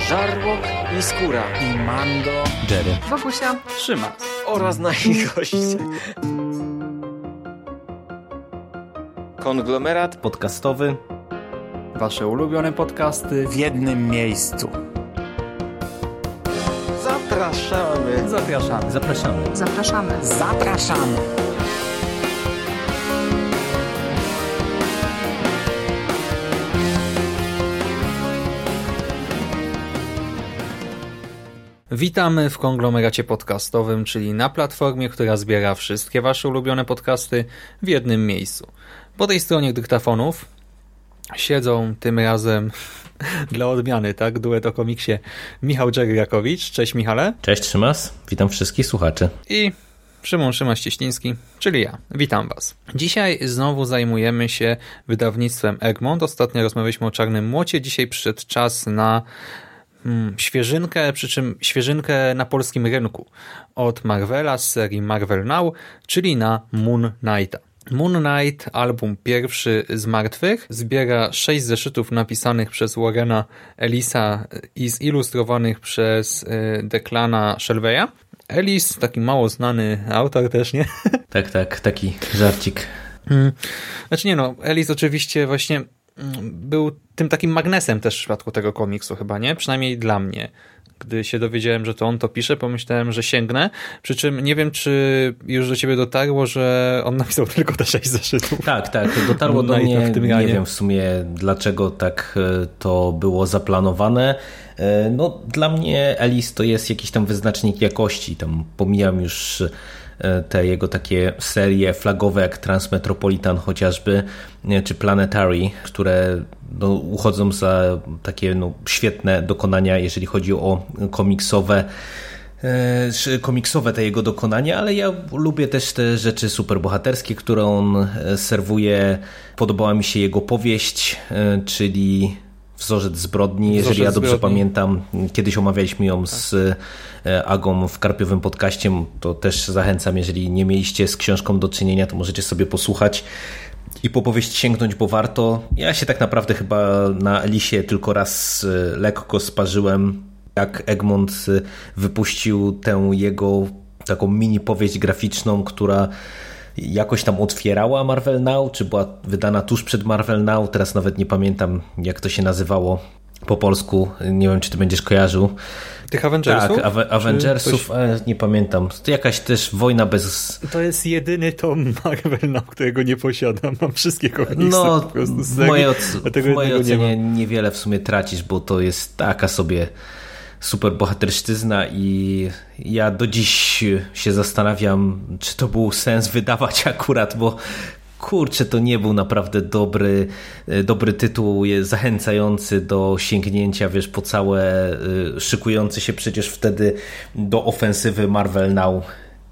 Żarłok i Skóra i Mando, Jerry, Wokusia, Szymas oraz nasi goście. Konglomerat podcastowy. Wasze ulubione podcasty w jednym miejscu. Zapraszamy. Zapraszamy. Zapraszamy. zapraszamy. Zapraszamy. Witamy w konglomeracie podcastowym, czyli na platformie, która zbiera wszystkie wasze ulubione podcasty w jednym miejscu. Po tej stronie dyktafonów siedzą tym razem dla odmiany, tak? Duet o komiksie Michał Dżeryrakowicz. Cześć Michale. Cześć Szymas, witam wszystkich słuchaczy. I Szymon Szymas-Cieśliński, czyli ja. Witam was. Dzisiaj znowu zajmujemy się wydawnictwem Egmont. Ostatnio rozmawialiśmy o Czarnym Młocie. Dzisiaj przyszedł czas na świeżynkę, przy czym świeżynkę na polskim rynku od Marvela z serii Marvel Now, czyli na Moon Knighta. Moon Knight, album pierwszy z martwych, zbiera 6 zeszytów napisanych przez Warrena Ellisa i zilustrowanych przez Declana Shelveya. Ellis, taki mało znany autor też, nie? Tak, taki żarcik. Znaczy nie no, Ellis oczywiście właśnie był tym takim magnesem też w przypadku tego komiksu chyba, nie? Przynajmniej dla mnie. Gdy się dowiedziałem, że to on to pisze, pomyślałem, że sięgnę. Przy czym nie wiem, czy już do ciebie dotarło, że on napisał tylko te 6 zeszytów. Tak, dotarło do mnie. Nie wiem w sumie, dlaczego tak to było zaplanowane. No, dla mnie Ellis to jest jakiś tam wyznacznik jakości. Tam pomijam już te jego takie serie flagowe jak Transmetropolitan chociażby, czy Planetary, które uchodzą za takie świetne dokonania, jeżeli chodzi o komiksowe te jego dokonania, ale ja lubię też te rzeczy superbohaterskie, które on serwuje. Podobała mi się jego powieść, czyli Wzorzec zbrodni, jeżeli ja dobrze pamiętam. Kiedyś omawialiśmy ją z Agą w Karpiowym podcaście, to też zachęcam, jeżeli nie mieliście z książką do czynienia, to możecie sobie posłuchać i po powieść sięgnąć, bo warto. Ja się tak naprawdę chyba na Elisie tylko raz lekko sparzyłem, jak Egmont wypuścił tę jego taką mini powieść graficzną, która jakoś tam otwierała Marvel Now, czy była wydana tuż przed Marvel Now, teraz nawet nie pamiętam, jak to się nazywało po polsku, nie wiem, czy ty będziesz kojarzył. Tych Avengersów? Tak, Avengersów, ale nie pamiętam. To jakaś też wojna bez... To jest jedyny tom Marvel Now, którego nie posiadam. Mam wszystkie komiksy po prostu z w mojej ocenie niewiele w sumie tracisz, bo to jest taka sobie super bohaterszczyzna i ja do dziś się zastanawiam, czy to był sens wydawać akurat, bo kurczę, to nie był naprawdę dobry tytuł, zachęcający do sięgnięcia, wiesz, po całe, szykujący się przecież wtedy do ofensywy Marvel Now.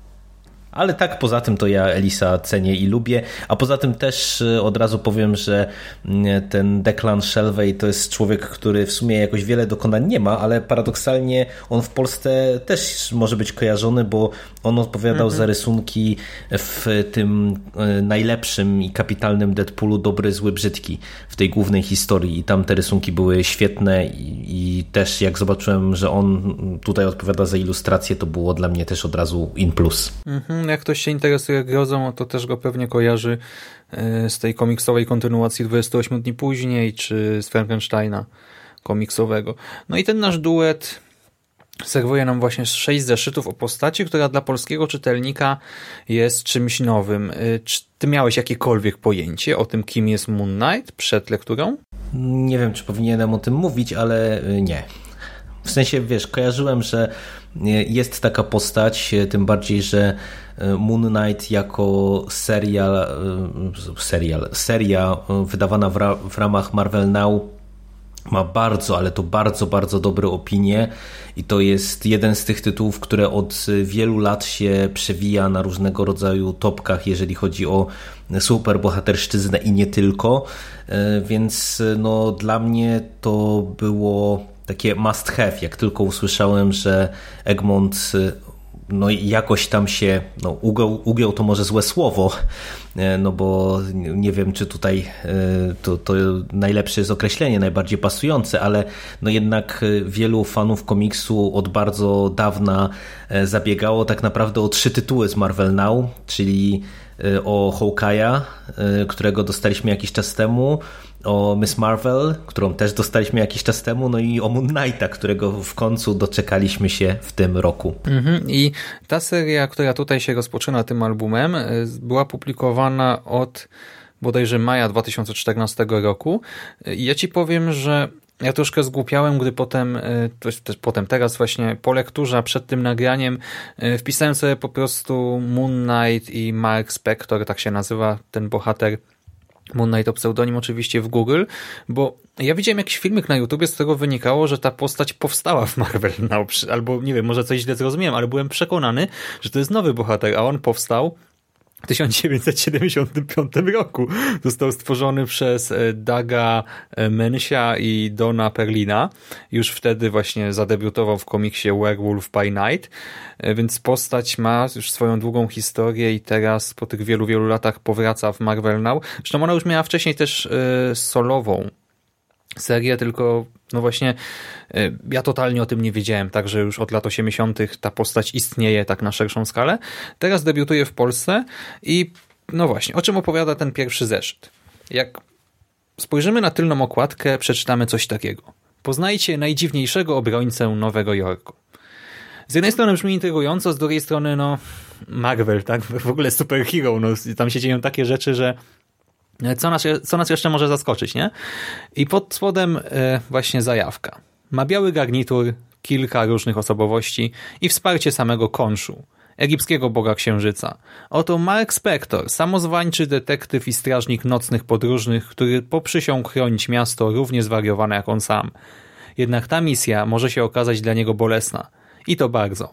Ale tak, poza tym to ja Ellisa cenię i lubię, a poza tym też od razu powiem, że ten Declan Shelvey to jest człowiek, który w sumie jakoś wiele dokonań nie ma, ale paradoksalnie on w Polsce też może być kojarzony, bo on odpowiadał za rysunki w tym najlepszym i kapitalnym Deadpoolu Dobry, Zły, Brzydki, w tej głównej historii i tam te rysunki były świetne i też jak zobaczyłem, że on tutaj odpowiada za ilustrację, to było dla mnie też od razu in plus. Jak ktoś się interesuje grozą, to też go pewnie kojarzy z tej komiksowej kontynuacji 28 dni później, czy z Frankensteina komiksowego. No i ten nasz duet serwuje nam właśnie 6 zeszytów o postaci, która dla polskiego czytelnika jest czymś nowym. Czy ty miałeś jakiekolwiek pojęcie o tym, kim jest Moon Knight przed lekturą? Nie wiem, czy powinienem o tym mówić, ale nie. W sensie, wiesz, kojarzyłem, że jest taka postać, tym bardziej, że Moon Knight jako seria wydawana w ramach Marvel Now ma bardzo, ale to bardzo dobre opinie i to jest jeden z tych tytułów, które od wielu lat się przewija na różnego rodzaju topkach, jeżeli chodzi o superbohaterszczyznę i nie tylko, więc no dla mnie to było takie must have, jak tylko usłyszałem, że Egmont no jakoś tam się ugiął to może złe słowo, no bo nie wiem, czy tutaj to najlepsze jest określenie, najbardziej pasujące, ale no jednak wielu fanów komiksu od bardzo dawna zabiegało tak naprawdę o 3 tytuły z Marvel Now, czyli o Hawkeye'a, którego dostaliśmy jakiś czas temu, o Miss Marvel, którą też dostaliśmy jakiś czas temu, no i o Moon Knighta, którego w końcu doczekaliśmy się w tym roku. I ta seria, która tutaj się rozpoczyna tym albumem, była publikowana od bodajże maja 2014 roku. I ja ci powiem, że ja troszkę zgłupiałem, gdy potem teraz właśnie po lekturze, przed tym nagraniem wpisałem sobie po prostu Moon Knight i Mark Spector, tak się nazywa ten bohater, Moon Knight o pseudonim oczywiście, w Google, bo ja widziałem jakiś filmik na YouTubie, z którego wynikało, że ta postać powstała w Marvel Now, albo nie wiem, może coś źle zrozumiałem, ale byłem przekonany, że to jest nowy bohater, a on powstał w 1975 roku. Został stworzony przez Douga Mensia i Dona Perlina. Już wtedy właśnie zadebiutował w komiksie Werewolf by Night, więc postać ma już swoją długą historię i teraz po tych wielu, wielu latach powraca w Marvel Now. Zresztą ona już miała wcześniej też solową serię, tylko no właśnie ja totalnie o tym nie wiedziałem, także już od lat 80. ta postać istnieje tak na szerszą skalę. Teraz debiutuje w Polsce i no właśnie, o czym opowiada ten pierwszy zeszyt? Jak spojrzymy na tylną okładkę, przeczytamy coś takiego. Poznajcie najdziwniejszego obrońcę Nowego Jorku. Z jednej strony brzmi intrygująco, z drugiej strony no Marvel, tak? W ogóle superhero, no tam się dzieją takie rzeczy, że co nas jeszcze może zaskoczyć, nie? I pod spodem właśnie zajawka. Ma biały garnitur, kilka różnych osobowości i wsparcie samego Khonshu, egipskiego boga księżyca. Oto Mark Spector, samozwańczy detektyw i strażnik nocnych podróżnych, który poprzysiągł chronić miasto równie zwariowane jak on sam. Jednak ta misja może się okazać dla niego bolesna. I to bardzo.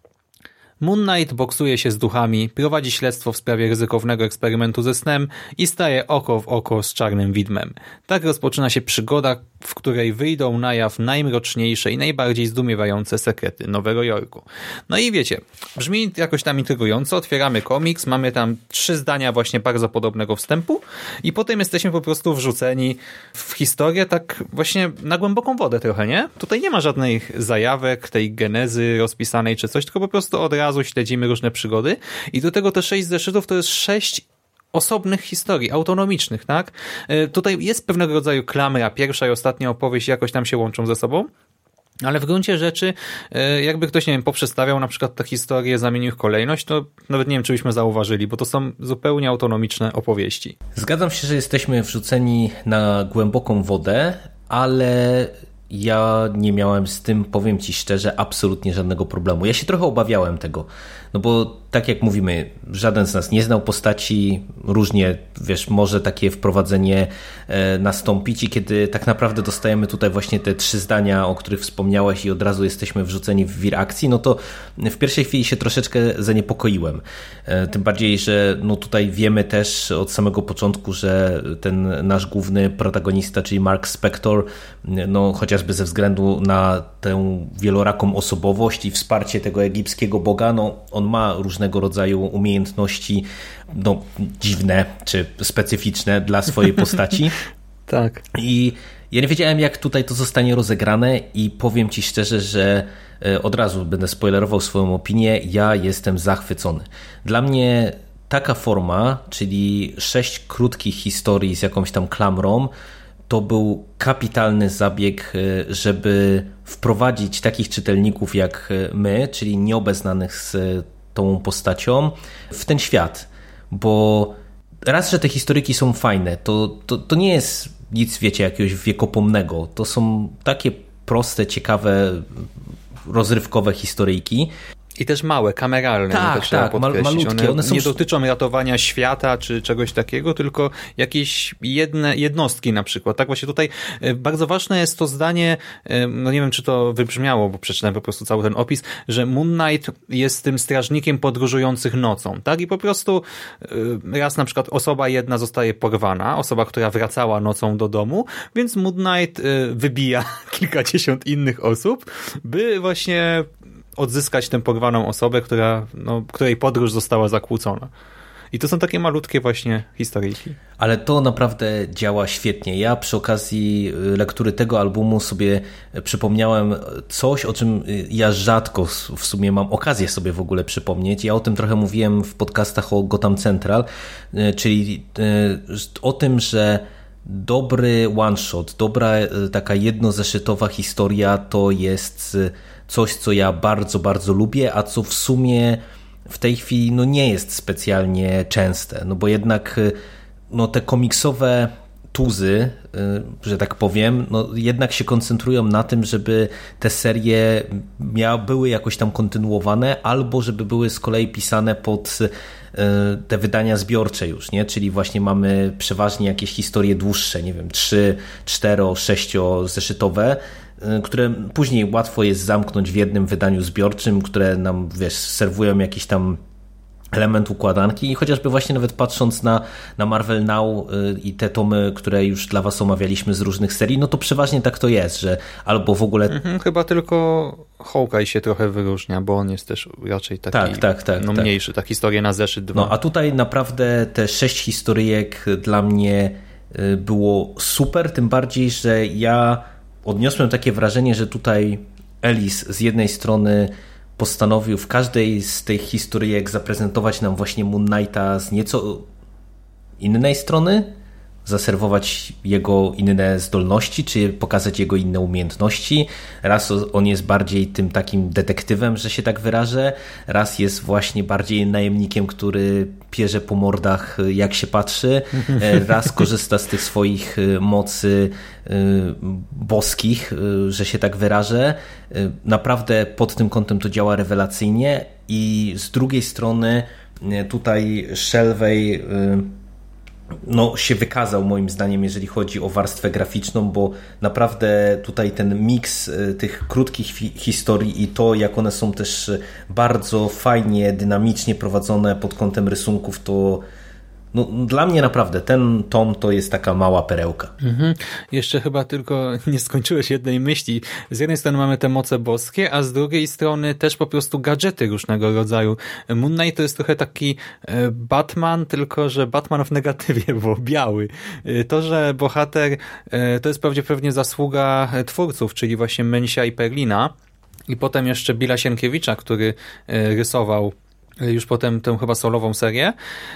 Moon Knight boksuje się z duchami, prowadzi śledztwo w sprawie ryzykownego eksperymentu ze snem i staje oko w oko z czarnym widmem. Tak rozpoczyna się przygoda, w której wyjdą na jaw najmroczniejsze i najbardziej zdumiewające sekrety Nowego Jorku. No i wiecie, brzmi jakoś tam intrygująco, otwieramy komiks, mamy tam 3 zdania właśnie bardzo podobnego wstępu i potem jesteśmy po prostu wrzuceni w historię tak właśnie na głęboką wodę trochę, nie? Tutaj nie ma żadnych zajawek, tej genezy rozpisanej czy coś, tylko po prostu od razu śledzimy różne przygody i do tego te 6 zeszytów to jest 6 osobnych historii, autonomicznych, tak? Tutaj jest pewnego rodzaju klamra, pierwsza i ostatnia opowieść jakoś tam się łączą ze sobą, ale w gruncie rzeczy, jakby ktoś, nie wiem, poprzestawiał na przykład tę historię, zamienił ich kolejność, to nawet nie wiem, czy byśmy zauważyli, bo to są zupełnie autonomiczne opowieści. Zgadzam się, że jesteśmy wrzuceni na głęboką wodę, ale ja nie miałem z tym, powiem ci szczerze, absolutnie żadnego problemu. Ja się trochę obawiałem tego, no bo tak jak mówimy, żaden z nas nie znał postaci, różnie, wiesz, może takie wprowadzenie nastąpić i kiedy tak naprawdę dostajemy tutaj właśnie te 3 zdania, o których wspomniałeś i od razu jesteśmy wrzuceni w wir akcji, no to w pierwszej chwili się troszeczkę zaniepokoiłem. Tym bardziej, że no tutaj wiemy też od samego początku, że ten nasz główny protagonista, czyli Mark Spector, no chociażby ze względu na tę wieloraką osobowość i wsparcie tego egipskiego boga, no on ma różnego rodzaju umiejętności, no dziwne czy specyficzne dla swojej postaci. Tak. I ja nie wiedziałem, jak tutaj to zostanie rozegrane i powiem ci szczerze, że od razu będę spoilerował swoją opinię, ja jestem zachwycony. Dla mnie taka forma, czyli 6 krótkich historii z jakąś tam klamrą, to był kapitalny zabieg, żeby wprowadzić takich czytelników jak my, czyli nieobeznanych z tą postacią, w ten świat. Bo raz, że te historyjki są fajne, to nie jest nic, wiecie, jakiegoś wiekopomnego. To są takie proste, ciekawe, rozrywkowe historyjki. I też małe, kameralne. Tak, malutkie. One nie dotyczą ratowania świata czy czegoś takiego, tylko jakieś jednostki na przykład. Tak właśnie tutaj bardzo ważne jest to zdanie, no nie wiem, czy to wybrzmiało, bo przeczytałem po prostu cały ten opis, że Moon Knight jest tym strażnikiem podróżujących nocą, tak? I po prostu raz na przykład osoba jedna zostaje porwana, osoba, która wracała nocą do domu, więc Moon Knight wybija kilkadziesiąt innych osób, by właśnie odzyskać tę porwaną osobę, której podróż została zakłócona. I to są takie malutkie właśnie historyjki. Ale to naprawdę działa świetnie. Ja przy okazji lektury tego albumu sobie przypomniałem coś, o czym ja rzadko w sumie mam okazję sobie w ogóle przypomnieć. Ja o tym trochę mówiłem w podcastach o Gotham Central, czyli o tym, że dobry one-shot, dobra taka jednozeszytowa historia to jest coś, co ja bardzo, bardzo lubię, a co w sumie w tej chwili nie jest specjalnie częste, bo jednak te komiksowe tuzy, że tak powiem, jednak się koncentrują na tym, żeby te serie były jakoś tam kontynuowane, albo żeby były z kolei pisane pod te wydania zbiorcze już, nie? Czyli właśnie mamy przeważnie jakieś historie dłuższe, nie wiem, 3, 4, 6 zeszytowe, które później łatwo jest zamknąć w jednym wydaniu zbiorczym, które nam, serwują jakiś tam element układanki i chociażby właśnie nawet patrząc na Marvel Now i te tomy, które już dla was omawialiśmy z różnych serii, to przeważnie tak to jest, że albo w ogóle... Chyba tylko Hawkeye się trochę wyróżnia, bo on jest też raczej taki mniejszy, ta historia na zeszyt 2. A tutaj naprawdę te 6 historyjek dla mnie było super, tym bardziej, że ja odniosłem takie wrażenie, że tutaj Ellis z jednej strony postanowił w każdej z tych historyjek zaprezentować nam właśnie Moon Knighta z nieco innej strony, zaserwować jego inne zdolności, czy pokazać jego inne umiejętności. Raz on jest bardziej tym takim detektywem, że się tak wyrażę, raz jest właśnie bardziej najemnikiem, który pierze po mordach jak się patrzy, raz korzysta z tych swoich mocy boskich, że się tak wyrażę. Naprawdę pod tym kątem to działa rewelacyjnie i z drugiej strony tutaj Shelvey się wykazał moim zdaniem, jeżeli chodzi o warstwę graficzną, bo naprawdę tutaj ten miks tych krótkich historii i to, jak one są też bardzo fajnie, dynamicznie prowadzone pod kątem rysunków, to dla mnie naprawdę ten tom to jest taka mała perełka. Jeszcze chyba tylko nie skończyłeś jednej myśli. Z jednej strony mamy te moce boskie, a z drugiej strony też po prostu gadżety różnego rodzaju. Moon Knight to jest trochę taki Batman, tylko że Batman w negatywie, bo biały. To, że bohater to jest pewnie zasługa twórców, czyli właśnie Mensia i Perlina i potem jeszcze Billa Sienkiewicza, który rysował już potem tę chyba solową serię.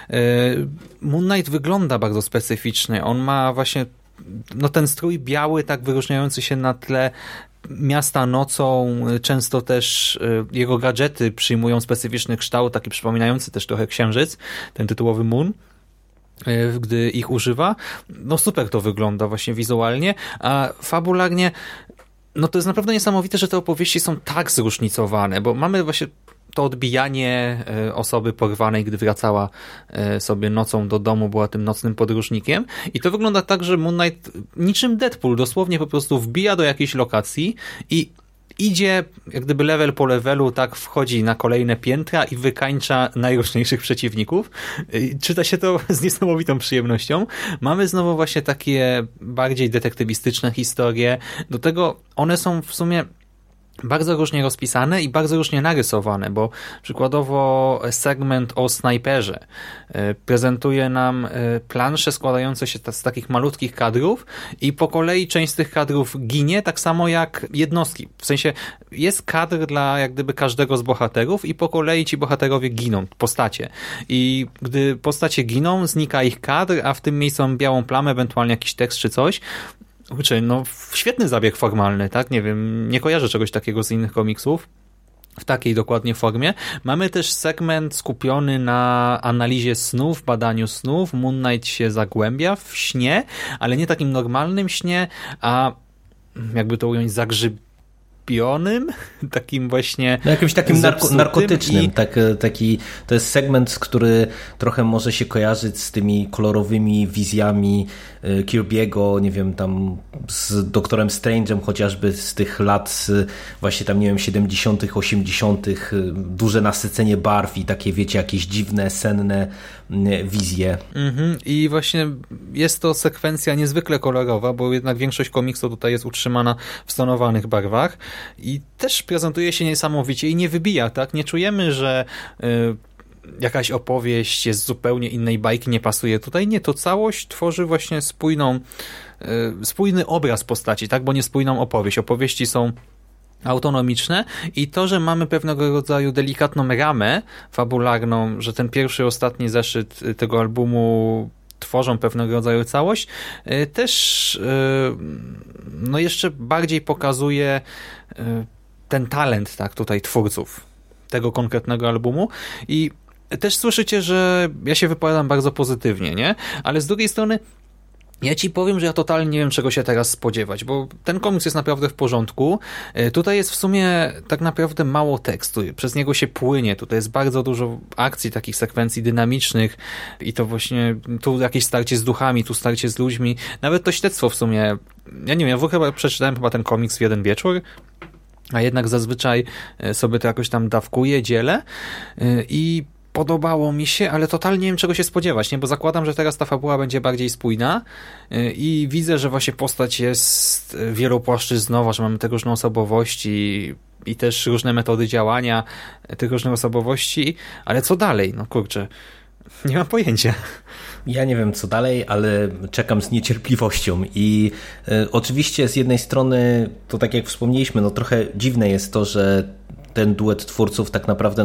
Moon Knight wygląda bardzo specyficznie. On ma właśnie ten strój biały, tak wyróżniający się na tle miasta nocą. Często też jego gadżety przyjmują specyficzny kształt, taki przypominający też trochę księżyc, ten tytułowy Moon, gdy ich używa. Super to wygląda właśnie wizualnie, a fabularnie to jest naprawdę niesamowite, że te opowieści są tak zróżnicowane, bo mamy właśnie to odbijanie osoby porwanej, gdy wracała sobie nocą do domu, była tym nocnym podróżnikiem. I to wygląda tak, że Moon Knight niczym Deadpool dosłownie po prostu wbija do jakiejś lokacji i idzie jak gdyby level po levelu, tak wchodzi na kolejne piętra i wykańcza najróżniejszych przeciwników. Czyta się to z niesamowitą przyjemnością. Mamy znowu właśnie takie bardziej detektywistyczne historie. Do tego one są w sumie bardzo różnie rozpisane i bardzo różnie narysowane, bo przykładowo segment o snajperze prezentuje nam plansze składające się z takich malutkich kadrów i po kolei część z tych kadrów ginie, tak samo jak jednostki. W sensie jest kadr dla jak gdyby każdego z bohaterów i po kolei ci bohaterowie giną, postacie. I gdy postacie giną, znika ich kadr, a w tym miejscu mam białą plamę, ewentualnie jakiś tekst czy coś. Świetny zabieg formalny, tak? Nie wiem, nie kojarzę czegoś takiego z innych komiksów w takiej dokładnie formie. Mamy też segment skupiony na analizie snów, badaniu snów. Moon Knight się zagłębia w śnie, ale nie takim normalnym śnie, a jakby to ująć, zagrzybionym, takim właśnie jakimś takim narkotycznym. To jest segment, który trochę może się kojarzyć z tymi kolorowymi wizjami Kirby'ego, nie wiem, tam z Doktorem Strange'em chociażby z tych lat właśnie tam, nie wiem, 70., 80., duże nasycenie barw i takie, wiecie, jakieś dziwne, senne wizję. I właśnie jest to sekwencja niezwykle kolorowa, bo jednak większość komiksu tutaj jest utrzymana w stonowanych barwach i też prezentuje się niesamowicie i nie wybija, tak? Nie czujemy, że jakaś opowieść jest z zupełnie innej bajki, nie pasuje tutaj. Nie, to całość tworzy właśnie spójny obraz postaci, tak? Bo nie spójną opowieść. Opowieści są autonomiczne i to, że mamy pewnego rodzaju delikatną ramę fabularną, że ten pierwszy, ostatni zeszyt tego albumu tworzą pewnego rodzaju całość, też no jeszcze bardziej pokazuje ten talent, tak, tutaj twórców tego konkretnego albumu i też słyszycie, że ja się wypowiadam bardzo pozytywnie, nie? Ale z drugiej strony ja ci powiem, że ja totalnie nie wiem, czego się teraz spodziewać, bo ten komiks jest naprawdę w porządku. Tutaj jest w sumie tak naprawdę mało tekstu. Przez niego się płynie. Tutaj jest bardzo dużo akcji, takich sekwencji dynamicznych i to właśnie tu jakieś starcie z duchami, tu starcie z ludźmi. Nawet to śledztwo w sumie, ja nie wiem, ja przeczytałem chyba ten komiks w jeden wieczór, a jednak zazwyczaj sobie to jakoś tam dawkuję, dzielę i podobało mi się, ale totalnie nie wiem, czego się spodziewać, nie? Bo zakładam, że teraz ta fabuła będzie bardziej spójna i widzę, że właśnie postać jest wielopłaszczyznowa, że mamy te różne osobowości i też różne metody działania tych różnych osobowości, ale co dalej? No kurczę, nie mam pojęcia. Ja nie wiem co dalej, ale czekam z niecierpliwością i oczywiście z jednej strony, to tak jak wspomnieliśmy, no trochę dziwne jest to, że ten duet twórców tak naprawdę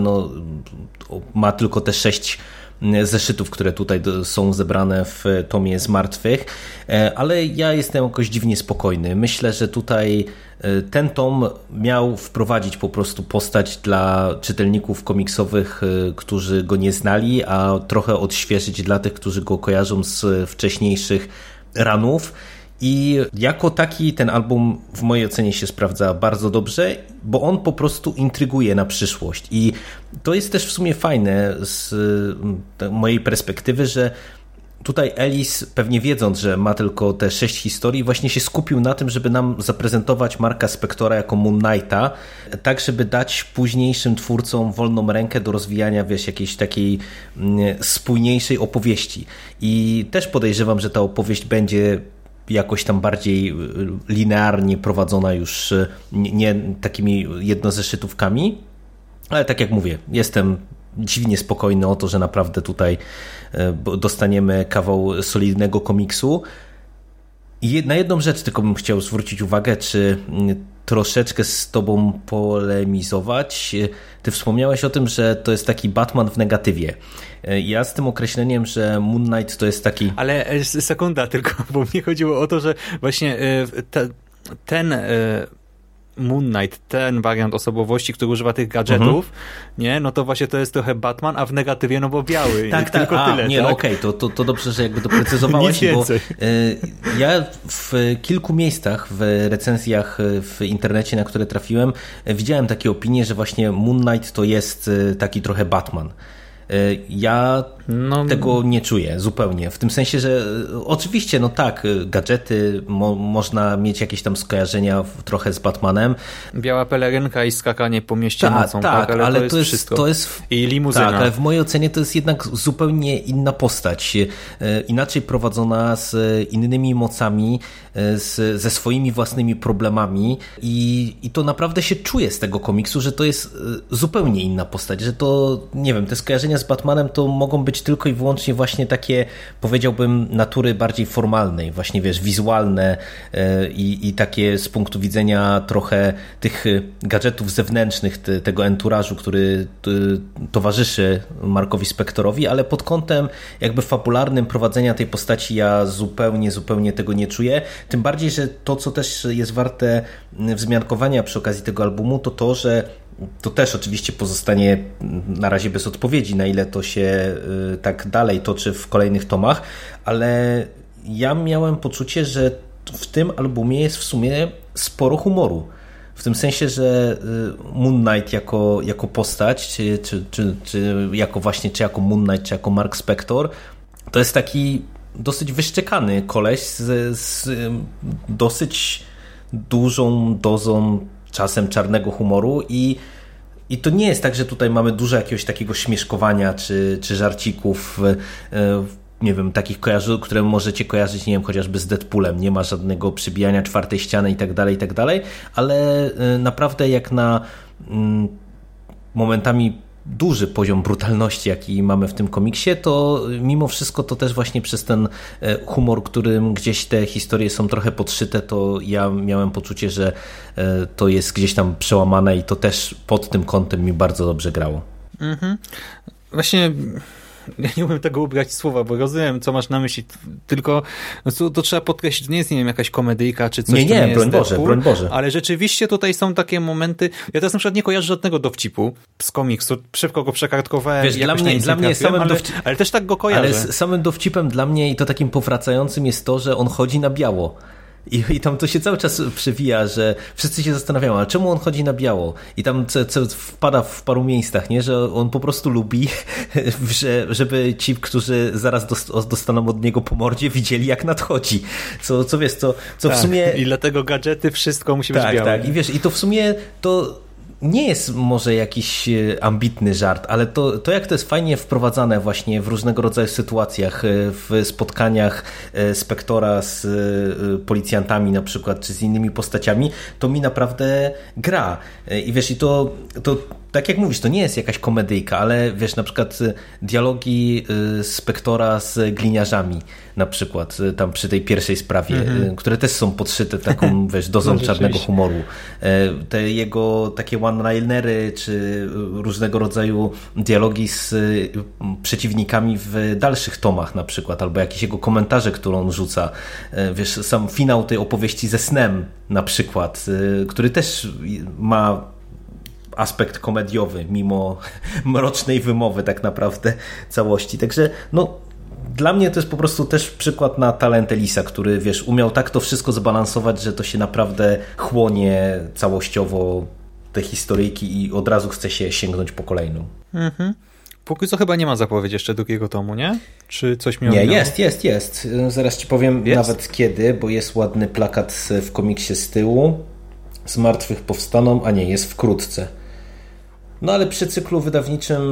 ma tylko te 6 zeszytów, które tutaj są zebrane w tomie Zmartwych, ale ja jestem jakoś dziwnie spokojny. Myślę, że tutaj ten tom miał wprowadzić po prostu postać dla czytelników komiksowych, którzy go nie znali, a trochę odświeżyć dla tych, którzy go kojarzą z wcześniejszych ranów. I jako taki ten album w mojej ocenie się sprawdza bardzo dobrze, bo on po prostu intryguje na przyszłość. I to jest też w sumie fajne z mojej perspektywy, że tutaj Ellis, pewnie wiedząc, że ma tylko te 6 historii, właśnie się skupił na tym, żeby nam zaprezentować Marka Spectora jako Moon Knighta, tak żeby dać późniejszym twórcom wolną rękę do rozwijania, jakiejś takiej spójniejszej opowieści. I też podejrzewam, że ta opowieść będzie jakoś tam bardziej linearnie prowadzona już nie takimi jednozeszytówkami, ale tak jak mówię, jestem dziwnie spokojny o to, że naprawdę tutaj dostaniemy kawał solidnego komiksu. I na jedną rzecz tylko bym chciał zwrócić uwagę, czy troszeczkę z tobą polemizować. Ty wspomniałeś o tym, że to jest taki Batman w negatywie. Ja z tym określeniem, że Moon Knight to jest taki... Ale sekunda tylko, bo mnie chodziło o to, że właśnie ten Moon Knight, ten wariant osobowości, który używa tych gadżetów, nie, no to właśnie to jest trochę Batman, a w negatywie, no bo biały. Tak, tylko tyle. Nie, tak? No okej, to dobrze, że jakby doprecyzowałeś, bo ja w kilku miejscach w recenzjach w internecie, na które trafiłem, widziałem takie opinie, że właśnie Moon Knight to jest taki trochę Batman. Ja tego nie czuję zupełnie. W tym sensie, że oczywiście, no tak, gadżety, można mieć jakieś tam skojarzenia trochę z Batmanem. Biała pelerynka i skakanie po mieście nocą. Tak, ale to jest wszystko. I limuzyna. Tak, ale w mojej ocenie to jest jednak zupełnie inna postać. Inaczej prowadzona, z innymi mocami, ze swoimi własnymi problemami i to naprawdę się czuje z tego komiksu, że to jest zupełnie inna postać, że to, nie wiem, te skojarzenia z Batmanem to mogą być tylko i wyłącznie właśnie takie, powiedziałbym, natury bardziej formalnej, właśnie wizualne i takie z punktu widzenia trochę tych gadżetów zewnętrznych, tego enturażu, który towarzyszy Markowi Spectorowi, ale pod kątem jakby fabularnym prowadzenia tej postaci ja zupełnie tego nie czuję. Tym bardziej, że to, co też jest warte wzmiankowania przy okazji tego albumu, to, że to też oczywiście pozostanie na razie bez odpowiedzi, na ile to się tak dalej toczy w kolejnych tomach, ale ja miałem poczucie, że w tym albumie jest w sumie sporo humoru. W tym sensie, że Moon Knight jako postać, czy jako Moon Knight, czy jako Mark Spector, to jest taki dosyć wyszczekany koleś z dosyć dużą dozą czasem czarnego humoru i I to nie jest tak, że tutaj mamy dużo jakiegoś takiego śmieszkowania czy żarcików, nie wiem, takich które możecie kojarzyć, nie wiem, chociażby z Deadpoolem. Nie ma żadnego przybijania czwartej ściany i tak dalej, ale naprawdę jak na momentami duży poziom brutalności, jaki mamy w tym komiksie, to mimo wszystko to też właśnie przez ten humor, którym gdzieś te historie są trochę podszyte, to ja miałem poczucie, że to jest gdzieś tam przełamane i to też pod tym kątem mi bardzo dobrze grało. Właśnie ja nie umiem tego ubrać słowa, bo rozumiem, co masz na myśli, tylko to trzeba podkreślić, to nie jest, nie wiem, jakaś komedyjka czy coś, nie, broń Boże. Ale rzeczywiście tutaj są takie momenty, ja teraz na przykład nie kojarzę żadnego dowcipu z komiksu, szybko go przekartkowałem. Wiesz, dla mnie samym ale też tak go kojarzę. Ale samym dowcipem dla mnie i to takim powracającym jest to, że on chodzi na biało. I tam to się cały czas przewija, że wszyscy się zastanawiają, ale czemu on chodzi na biało? I tam co wpada w paru miejscach, nie? Że on po prostu lubi, żeby ci, którzy zaraz dostaną od niego po mordzie, widzieli, jak nadchodzi. Co wiesz, co tak, w sumie... I dlatego gadżety, wszystko musi być białe. Tak, i wiesz, i to w sumie to nie jest może jakiś ambitny żart, ale to jak to jest fajnie wprowadzane właśnie w różnego rodzaju sytuacjach, w spotkaniach Spektora z policjantami na przykład, czy z innymi postaciami, to mi naprawdę gra. I wiesz, i to tak jak mówisz, to nie jest jakaś komedyjka, ale wiesz, na przykład dialogi Spektora z gliniarzami, na przykład tam przy tej pierwszej sprawie, które też są podszyte taką, wiesz, dozą czarnego humoru. Te jego takie one-linery, czy różnego rodzaju dialogi z przeciwnikami w dalszych tomach na przykład, albo jakieś jego komentarze, które on rzuca. Wiesz, sam finał tej opowieści ze snem na przykład, który też ma aspekt komediowy, mimo mrocznej wymowy tak naprawdę całości. Także no, dla mnie to jest po prostu też przykład na talent Ellisa, który, wiesz, umiał tak to wszystko zbalansować, że to się naprawdę chłonie całościowo te historyjki i od razu chce się sięgnąć po kolejną. Póki co chyba nie ma zapowiedzi jeszcze drugiego tomu, nie? Czy coś miało? Nie, jest. Zaraz ci powiem nawet kiedy, bo jest ładny plakat w komiksie z tyłu. Z martwych powstaną, a nie, jest wkrótce. No ale przy cyklu wydawniczym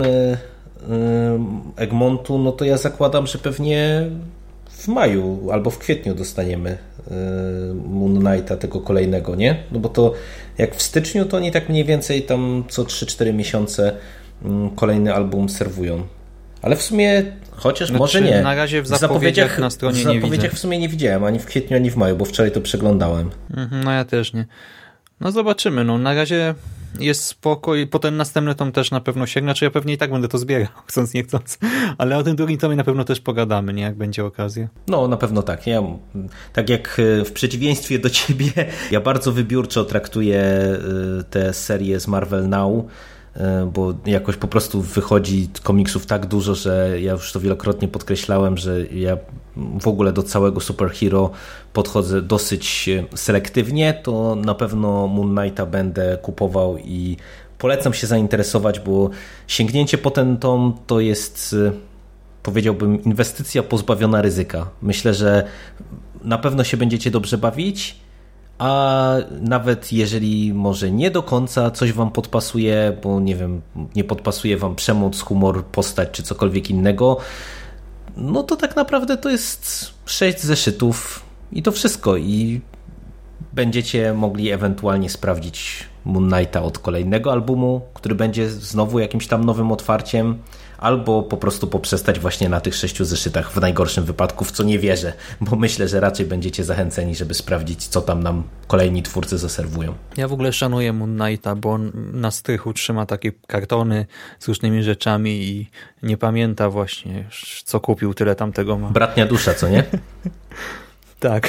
Egmontu, no to ja zakładam, że pewnie w maju albo w kwietniu dostaniemy Moon Knighta tego kolejnego, nie? No bo to jak w styczniu, to oni tak mniej więcej tam co 3-4 miesiące kolejny album serwują. Ale w sumie, chociaż może nie. Na razie w zapowiedziach na stronie nie widzę. W zapowiedziach w sumie nie widziałem, ani w kwietniu, ani w maju, bo wczoraj to przeglądałem. No ja też nie. No zobaczymy, no na razie jest spoko i potem następny tom też na pewno sięgna, czy ja pewnie i tak będę to zbierał, chcąc nie chcąc, ale o tym drugim tomie na pewno też pogadamy, nie, jak będzie okazja. No na pewno tak, ja tak jak w przeciwieństwie do ciebie, ja bardzo wybiórczo traktuję te serie z Marvel Now, bo jakoś po prostu wychodzi komiksów tak dużo, że ja już to wielokrotnie podkreślałem, że ja w ogóle do całego superhero podchodzę dosyć selektywnie, to na pewno Moon Knighta będę kupował i polecam się zainteresować, bo sięgnięcie po ten tom to jest, powiedziałbym, inwestycja pozbawiona ryzyka. Myślę, że na pewno się będziecie dobrze bawić, a nawet jeżeli może nie do końca coś wam podpasuje, bo nie wiem, nie podpasuje wam przemoc, humor, postać czy cokolwiek innego, no to tak naprawdę to jest 6 zeszytów i to wszystko i będziecie mogli ewentualnie sprawdzić Moon Knighta od kolejnego albumu, który będzie znowu jakimś tam nowym otwarciem, albo po prostu poprzestać właśnie na tych 6 zeszytach w najgorszym wypadku, w co nie wierzę, bo myślę, że raczej będziecie zachęceni, żeby sprawdzić, co tam nam kolejni twórcy zaserwują. Ja w ogóle szanuję Moon Knighta, bo on na strychu trzyma takie kartony z różnymi rzeczami i nie pamięta właśnie, co kupił, tyle tamtego ma. Bratnia dusza, co nie? Tak.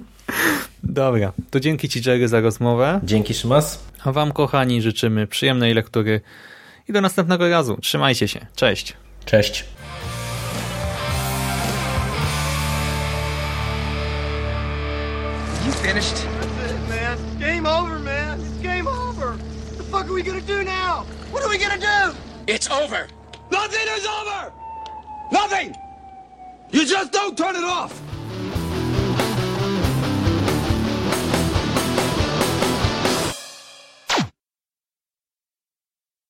Dobra, to dzięki ci, Jerry, za rozmowę. Dzięki, Szymas. A wam, kochani, życzymy przyjemnej lektury i do następnego razu. Trzymajcie się. Cześć. Cześć. You finished? That's it, man. Game over, man. It's game over. What the fuck are we gonna do now? What are we gonna do? It's over. Nothing is over! Nothing! You just don't turn it off!